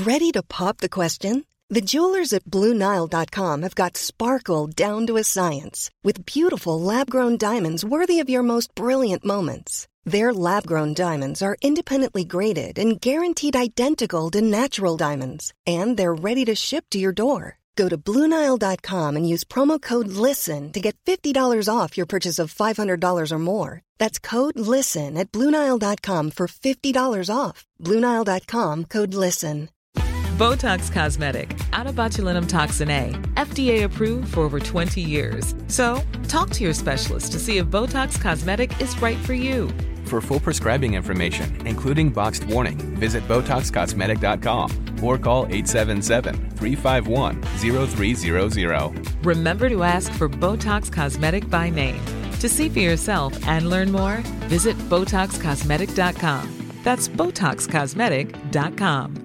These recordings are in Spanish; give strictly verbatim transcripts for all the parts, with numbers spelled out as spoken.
Ready to pop the question? The jewelers at Blue Nile dot com have got sparkle down to a science with beautiful lab-grown diamonds worthy of your most brilliant moments. Their lab-grown diamonds are independently graded and guaranteed identical to natural diamonds, and they're ready to ship to your door. Go to Blue Nile dot com and use promo code LISTEN to get fifty dollars off your purchase of five hundred dollars or more. That's code LISTEN at Blue Nile dot com for fifty dollars off. Blue Nile dot com, code LISTEN. Botox Cosmetic, out of botulinum toxin A, F D A approved for over twenty years. So, talk to your specialist to see if Botox Cosmetic is right for you. For full prescribing information, including boxed warning, visit Botox Cosmetic dot com or call eight seven seven, three five one, zero three zero zero. Remember to ask for Botox Cosmetic by name. To see for yourself and learn more, visit Botox Cosmetic dot com. That's Botox Cosmetic dot com.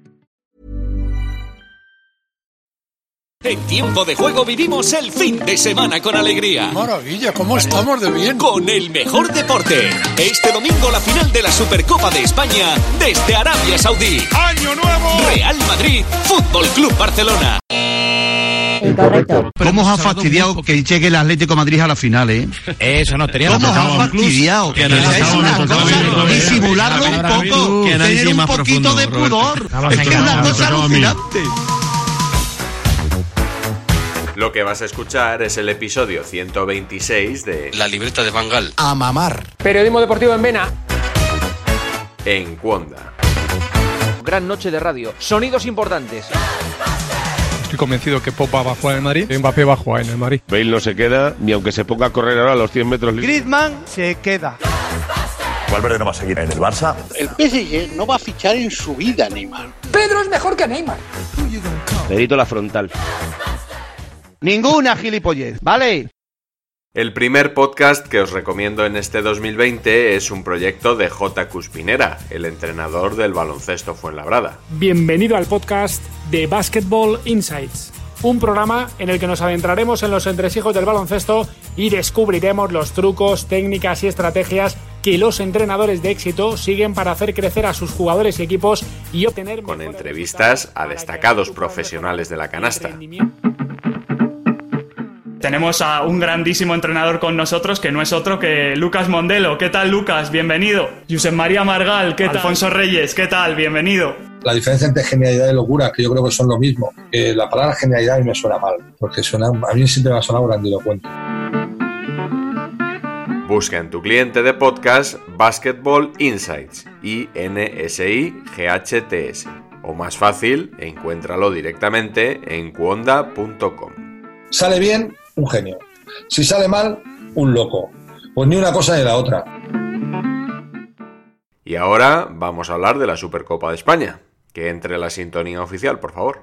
En Tiempo de Juego vivimos el fin de semana con alegría. Maravilla, ¿cómo estamos de bien? Con el mejor deporte. Este domingo la final de la Supercopa de España desde Arabia Saudí. ¡Año nuevo! Real Madrid, Fútbol Club Barcelona. Incorrecto. ¿Cómo os ha fastidiado que llegue el Atlético de Madrid a la final, eh? Eso no teníamos. ¿Cómo os ha fastidiado? Que es una cosa, disimularlo un poco, tener un poquito de pudor. Es que es una cosa alucinante. Lo que vas a escuchar es el episodio ciento veintiséis de La libreta de Van Gaal. A mamar. Periodismo deportivo en Vena. En Cuonda. Gran noche de radio. Sonidos importantes. Estoy convencido que Popa va a jugar en el Madrid, Mbappé va a jugar en el Madrid. Bale no se queda, ni aunque se ponga a correr ahora a los cien metros. Griezmann se queda. Valverde no va a seguir en el Barça. El P S G no va a fichar en su vida Neymar. Pedro es mejor que Neymar. Perito la frontal. Ninguna gilipollez, ¿vale? El primer podcast que os recomiendo en este dos mil veinte es un proyecto de J. Cuspinera, el entrenador del Baloncesto Fuenlabrada. Bienvenido al podcast de Basketball Insights, un programa en el que nos adentraremos en los entresijos del baloncesto y descubriremos los trucos, técnicas y estrategias que los entrenadores de éxito siguen para hacer crecer a sus jugadores y equipos y obtener... Con entrevistas a destacados profesionales de la canasta. Tenemos a un grandísimo entrenador con nosotros que no es otro que Lucas Mondelo. ¿Qué tal, Lucas? Bienvenido. Josep María Margal, ¿qué tal? Alfonso Reyes, ¿qué tal? Bienvenido. La diferencia entre genialidad y locura, que yo creo que son lo mismo. Que la palabra genialidad a mí me suena mal, porque suena, a mí siempre me ha sonado grandilocuente. Busca en tu cliente de podcast Basketball Insights, I N S I G H T S. O más fácil, encuéntralo directamente en cuonda punto com. Sale bien, un genio. Si sale mal, un loco. Pues ni una cosa ni la otra. Y ahora vamos a hablar de la Supercopa de España. Que entre la sintonía oficial, por favor.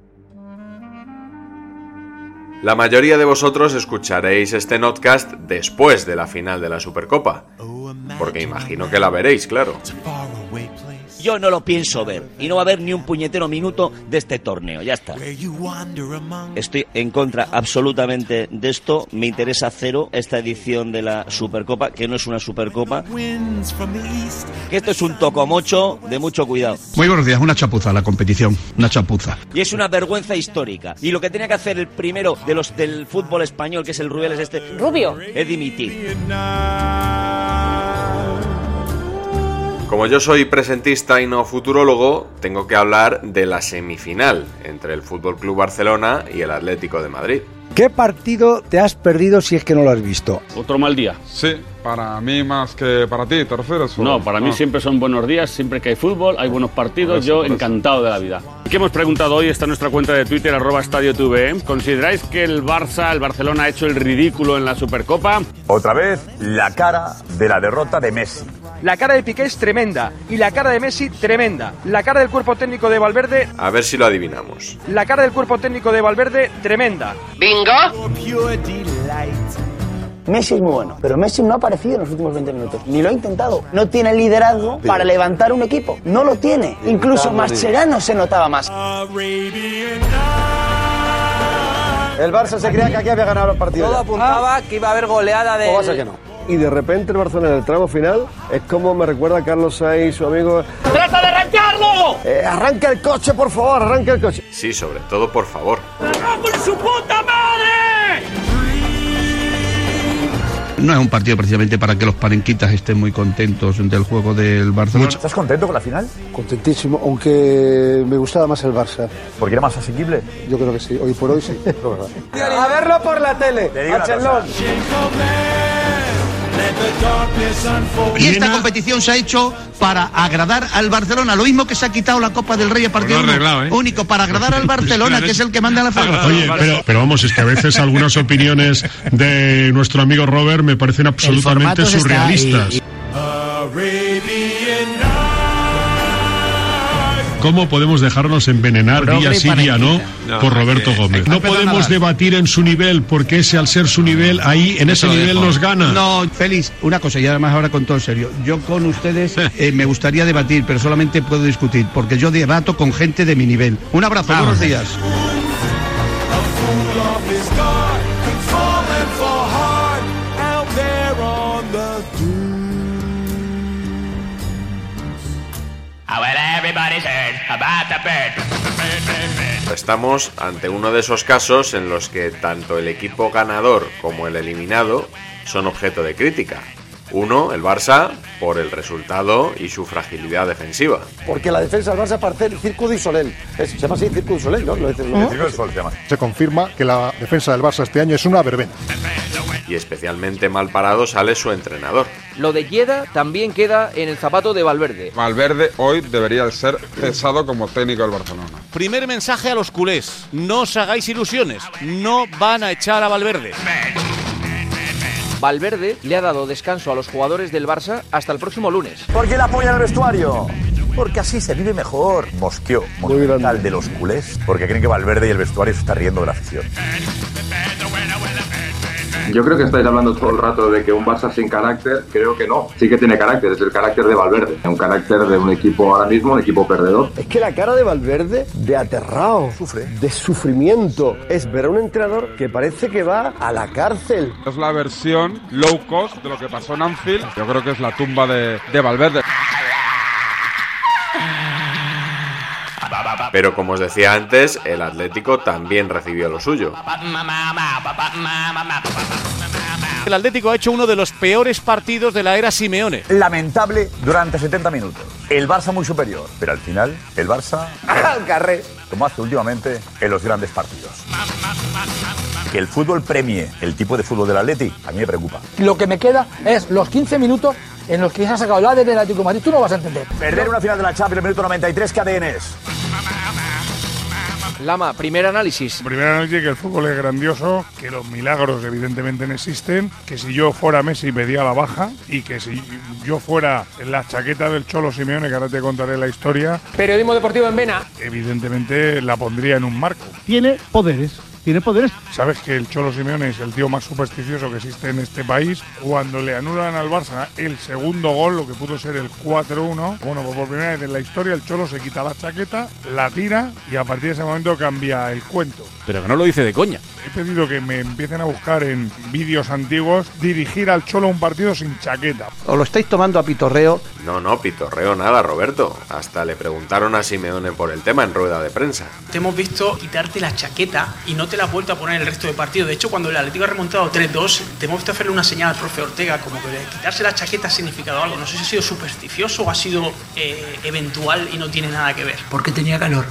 La mayoría de vosotros escucharéis este podcast después de la final de la Supercopa. Porque imagino que la veréis, claro. Yo no lo pienso ver, y no va a haber ni un puñetero minuto de este torneo, ya está. Estoy en contra absolutamente de esto, me interesa cero esta edición de la Supercopa, que no es una Supercopa, que esto es un tocomocho de mucho cuidado. Muy buenos días, una chapuza la competición, una chapuza. Y es una vergüenza histórica, y lo que tenía que hacer el primero de los del fútbol español, que es el Rubiales este, Rubio, es dimitir. Como yo soy presentista y no futurólogo, tengo que hablar de la semifinal entre el F C Barcelona y el Atlético de Madrid. ¿Qué partido te has perdido si es que no lo has visto? Otro mal día. Sí, para mí más que para ti, ¿te refieres? No, para mí ah. siempre son buenos días, siempre que hay fútbol, hay buenos partidos, eso, yo encantado de la vida. ¿Qué hemos preguntado hoy? Está en nuestra cuenta de Twitter, arroba Estadio T V. ¿Consideráis que el Barça, el Barcelona ha hecho el ridículo en la Supercopa? Otra vez, la cara de la derrota de Messi. La cara de Piqué es tremenda y la cara de Messi tremenda. La cara del cuerpo técnico de Valverde... A ver si lo adivinamos. La cara del cuerpo técnico de Valverde tremenda. ¡Bingo! Messi es muy bueno, pero Messi no ha aparecido en los últimos veinte minutos. Ni lo ha intentado. No tiene liderazgo para levantar un equipo. No lo tiene. Incluso Mascherano se notaba más. El Barça se creía que aquí había ganado los partidos. Todo apuntaba que iba a haber goleada de... ¿O pasa que no? Y de repente el Barcelona en el tramo final es como me recuerda a Carlos Sainz, su amigo. ¡Trata de arrancarlo! no! Eh, arranca el coche, por favor, arranca el coche. Sí, sobre todo, por favor. ¡Vamos en su puta madre! No es un partido precisamente para que los palenquitas estén muy contentos del juego del Barcelona. ¿Estás contento con la final? Contentísimo, aunque me gustaba más el Barça. ¿Porque era más asequible? Yo creo que sí, hoy por hoy sí. A verlo por la tele, Barcelona. Y esta competición se ha hecho para agradar al Barcelona, lo mismo que se ha quitado la Copa del Rey a partir pues no ¿eh? único, para agradar al Barcelona, que es el que manda la federación. Oye, pero, pero vamos, es que a veces algunas opiniones de nuestro amigo Robert me parecen absolutamente surrealistas. ¿Cómo podemos dejarnos envenenar día sí, día no, no por Roberto no, Gómez? No podemos debatir en su nivel, porque ese al ser su nivel, ahí en ese nivel nos gana. No, Félix, una cosa, y además ahora con todo serio. Yo con ustedes eh, me gustaría debatir, pero solamente puedo discutir, porque yo debato con gente de mi nivel. Un abrazo, ah, buenos días. Estamos ante uno de esos casos en los que tanto el equipo ganador como el eliminado son objeto de crítica. Uno, el Barça, por el resultado y su fragilidad defensiva. Porque la defensa del Barça parece el Circo du Soleil. Es, se llama así Circo du Soleil, ¿no? Lo dice, lo dice, ¿no? Se llama. Se confirma que la defensa del Barça este año es una verbena. Y especialmente mal parado sale su entrenador. Lo de Lleida también queda en el zapato de Valverde. Valverde hoy debería ser cesado como técnico del Barcelona. Primer mensaje a los culés. No os hagáis ilusiones. No van a echar a Valverde. Valverde le ha dado descanso a los jugadores del Barça hasta el próximo lunes. ¿Por qué le apoyan el vestuario? Porque así se vive mejor. Mosqueo monumental de los culés. Porque creen que Valverde y el vestuario se está riendo de la afición. Yo creo que estáis hablando todo el rato de que un Barça sin carácter, creo que no. Sí que tiene carácter, es el carácter de Valverde. Un carácter de un equipo ahora mismo, un equipo perdedor. Es que la cara de Valverde, de aterrado, sufre, de sufrimiento, es ver a un entrenador que parece que va a la cárcel. Es la versión low cost de lo que pasó en Anfield. Yo creo que es la tumba de, de Valverde. Pero como os decía antes, el Atlético también recibió lo suyo. El Atlético ha hecho uno de los peores partidos de la era Simeone. Lamentable durante setenta minutos. El Barça muy superior, pero al final el Barça al carré, como hace últimamente en los grandes partidos. Que el fútbol premie el tipo de fútbol del Atleti, a mí me preocupa. Lo que me queda es los quince minutos en los que se ha sacado la del Atlético de Madrid. Tú no vas a entender. Perder una final de la Champions, minuto noventa y tres, ¿qué A D N es? Lama, primer análisis. Primer análisis, que el fútbol es grandioso, que los milagros evidentemente no existen, que si yo fuera Messi pedía la baja y que si yo fuera la chaqueta del Cholo Simeone, que ahora te contaré la historia. Periodismo deportivo en vena. Evidentemente la pondría en un marco. Tiene poderes. Tiene poderes. Sabes que el Cholo Simeone es el tío más supersticioso que existe en este país. Cuando le anulan al Barça el segundo gol, lo que pudo ser el cuatro uno, bueno, pues por primera vez en la historia el Cholo se quita la chaqueta, la tira y a partir de ese momento cambia el cuento. Pero que no lo dice de coña. He pedido que me empiecen a buscar en vídeos antiguos dirigir al Cholo un partido sin chaqueta. ¿O lo estáis tomando a pitorreo? No, no, pitorreo nada, Roberto. Hasta le preguntaron a Simeone por el tema en rueda de prensa. Te hemos visto quitarte la chaqueta y no te la has vuelto a poner el resto del partido. De hecho, cuando el Atlético ha remontado tres dos, te hemos visto hacerle una señal al profe Ortega, como que quitarse la chaqueta ha significado algo. No sé si ha sido supersticioso o ha sido eh, eventual y no tiene nada que ver. Porque tenía calor.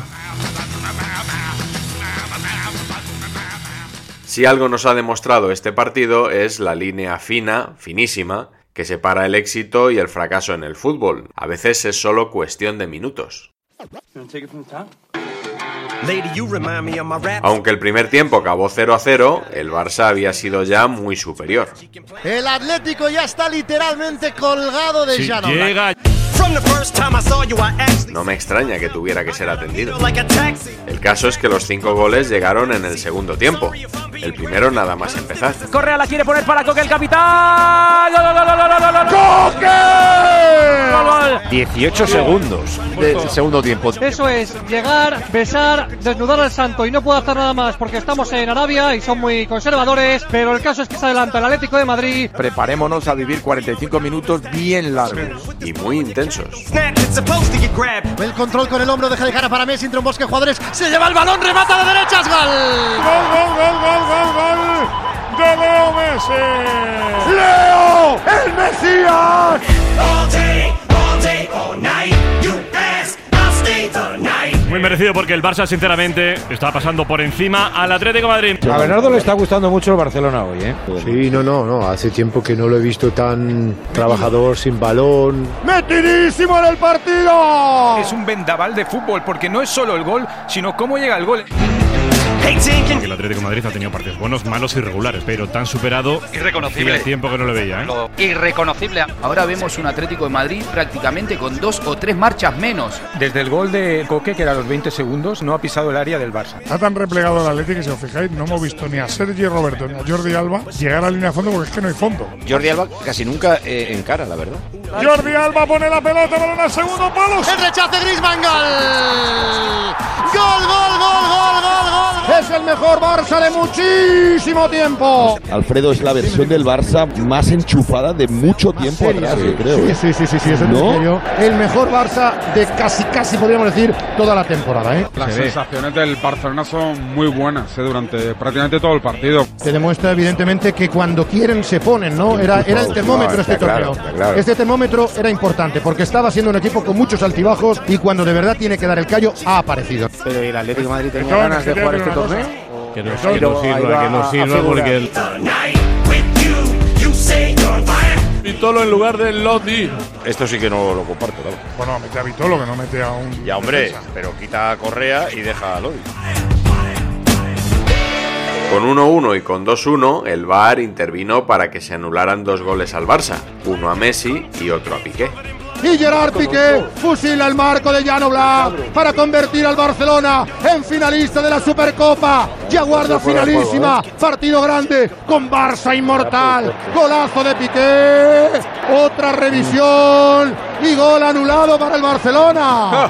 Si algo nos ha demostrado este partido es la línea fina, finísima, que separa el éxito y el fracaso en el fútbol. A veces es solo cuestión de minutos. Aunque el primer tiempo acabó cero a cero, el Barça había sido ya muy superior. El Atlético ya está literalmente colgado de llano. Sí, llega. No me extraña que tuviera que ser atendido. El caso es que los cinco goles llegaron en el segundo tiempo. El primero nada más empezar. Correa la quiere poner para Coque, el capitán. ¡Gol, gol, gol, gol, gol, gol! ¡Coque! ¡Gol, gol! dieciocho segundos del segundo tiempo. Eso es, llegar, besar, desnudar al santo y no puedo hacer nada más porque estamos en Arabia y son muy conservadores, pero el caso es que se adelanta el Atlético de Madrid. Preparémonos a vivir cuarenta y cinco minutos bien largos. Y muy intensos. descensos. El control con el hombro deja de cara para Messi entre un bosque de jugadores. Se lleva el balón, remata de derechas, gol. Gol, gol, gol, gol, gol, gol de Leo Messi. ¡Leo, el Mesías! Muy merecido porque el Barça, sinceramente, está pasando por encima al Atlético de Madrid. A Bernardo le está gustando mucho el Barcelona hoy, ¿eh? Sí, no, no, no. Hace tiempo que no lo he visto tan trabajador, sin balón. ¡Metidísimo en el partido! Es un vendaval de fútbol porque no es solo el gol, sino cómo llega el gol. El Atlético de Madrid ha tenido partidos buenos, malos y regulares, pero tan superado. Irreconocible. Hacía tiempo que no lo veía, ¿eh? Irreconocible. Ahora vemos un Atlético de Madrid prácticamente con dos o tres marchas menos. Desde el gol de Coque, que era a los veinte segundos, no ha pisado el área del Barça. Está tan replegado el Atlético que, si os fijáis, no hemos visto ni a Sergi Roberto ni a Jordi Alba llegar a la línea de fondo porque es que no hay fondo. Jordi Alba casi nunca eh, encara, la verdad. Jordi Alba pone la pelota, balón al segundo palo. El rechace Griezmann, gol. Gol, gol, gol, gol, gol, gol. Es el mejor Barça de muchísimo tiempo. Alfredo, es la versión del Barça más enchufada de mucho tiempo atrás, yo creo. Sí, sí, sí, sí, sí, es el, ¿no? el mejor Barça de casi, casi podríamos decir toda la temporada, ¿eh? Las sensaciones del Barcelona son muy buenas, ¿eh? Durante prácticamente todo el partido. Te demuestra evidentemente que cuando quieren se ponen, ¿no? Era, era el termómetro este torneo. Claro, claro. Este termómetro era importante porque estaba siendo un equipo con muchos altibajos y cuando de verdad tiene que dar el callo ha aparecido. Pero el Atlético de Madrid tenía ganas de jugar este torneo. Que nos sirva, que nos sirva porque el... Vitolo en lugar de Lodi. Esto sí que no lo comparto, claro. Bueno, mete a Vitolo, que no mete a un... Ya, hombre, defensa. Pero quita a Correa y deja a Lodi. Con uno uno y con dos uno, el V A R intervino para que se anularan dos goles al Barça, uno a Messi y otro a Piqué. Y Gerard Piqué fusila el marco de Jan Oblak para convertir al Barcelona en finalista de la Supercopa. Ya guarda finalísima, partido grande con Barça inmortal. Golazo de Piqué, otra revisión y gol anulado para el Barcelona.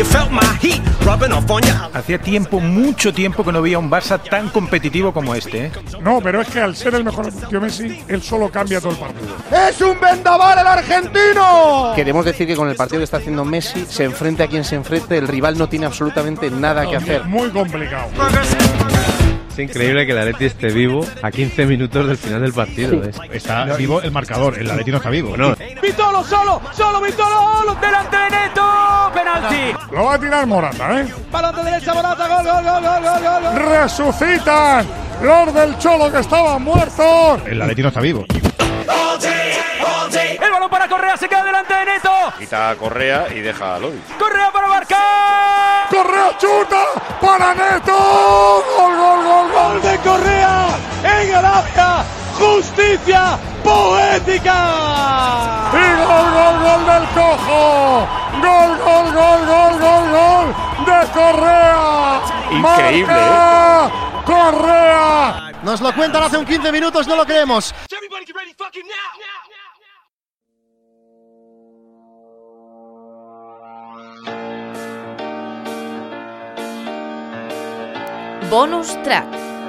Hacía tiempo, mucho tiempo que no veía un Barça tan competitivo como este, ¿eh? No, pero es que al ser el mejor que Messi, él solo cambia todo el partido. ¡Es un vendaval el argentino! Queremos decir que con el partido que está haciendo Messi, se enfrente a quien se enfrente, el rival no tiene absolutamente nada que hacer. Muy complicado. Es increíble que el Atleti esté vivo a quince minutos del final del partido. Sí. Está vivo el marcador, el Atleti no está vivo. No. Vitolo solo, solo Vitolo, delante de Neto, penalti. Lo va a tirar Morata, ¿eh? Balón de derecha, Morata, gol, gol, gol, gol, gol, gol, gol. Resucitan los del Cholo que estaban muertos. El Atleti no está vivo. El balón para Correa, se queda delante de Neto. Quita a Correa y deja a Lodi. Correa para marcar. Correa chuta para Neto. Gol, gol, gol, gol de Correa en el área. Justicia poética. Y gol, gol, gol del Cojo. Gol, gol, gol, gol, gol, gol de Correa. Increíble, Marca ¿eh? Correa. Nos lo cuentan hace un quince minutos, no lo creemos. Bonus track.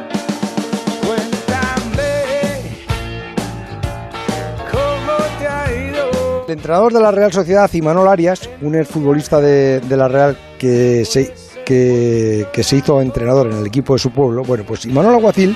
El entrenador de la Real Sociedad, Imanol Arias, un exfutbolista de, de la Real que se, que, que se hizo entrenador en el equipo de su pueblo, bueno, pues Imanol Alguacil.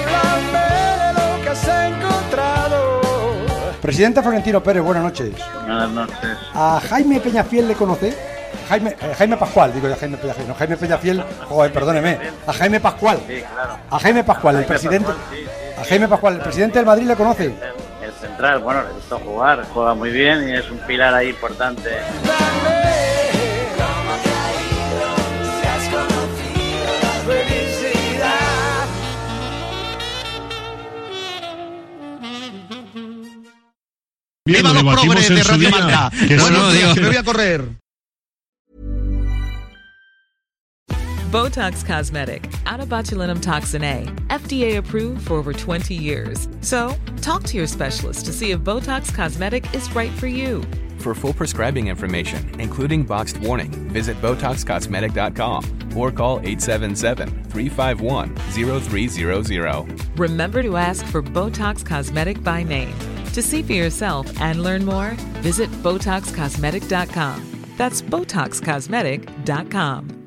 Presidente Florentino Pérez, buenas noches. Buenas noches. ¿A Jaime Peñafiel le conoce? Jaime, eh, Jaime Pascual, digo ya Jaime Peñafiel, no, Jaime Peñafiel, joder, perdóneme, a Jaime Pascual. Sí, claro. A Jaime Pascual, el Jaime presidente. Pascual, sí. A Jaime Pascual, el presidente del Madrid, ¿le conoce? El, el central, bueno, le gustó jugar, juega muy bien y es un pilar ahí importante. ¡Viva los progres de Radio Marca! Bueno, Dios, me voy a correr. Botox Cosmetic, out of botulinum toxin A, F D A approved for over twenty years. So, talk to your specialist to see if Botox Cosmetic is right for you. For full prescribing information, including boxed warning, visit Botox Cosmetic dot com or call eight seven seven, three five one, zero three zero zero. Remember to ask for Botox Cosmetic by name. To see for yourself and learn more, visit Botox Cosmetic dot com. That's Botox Cosmetic dot com.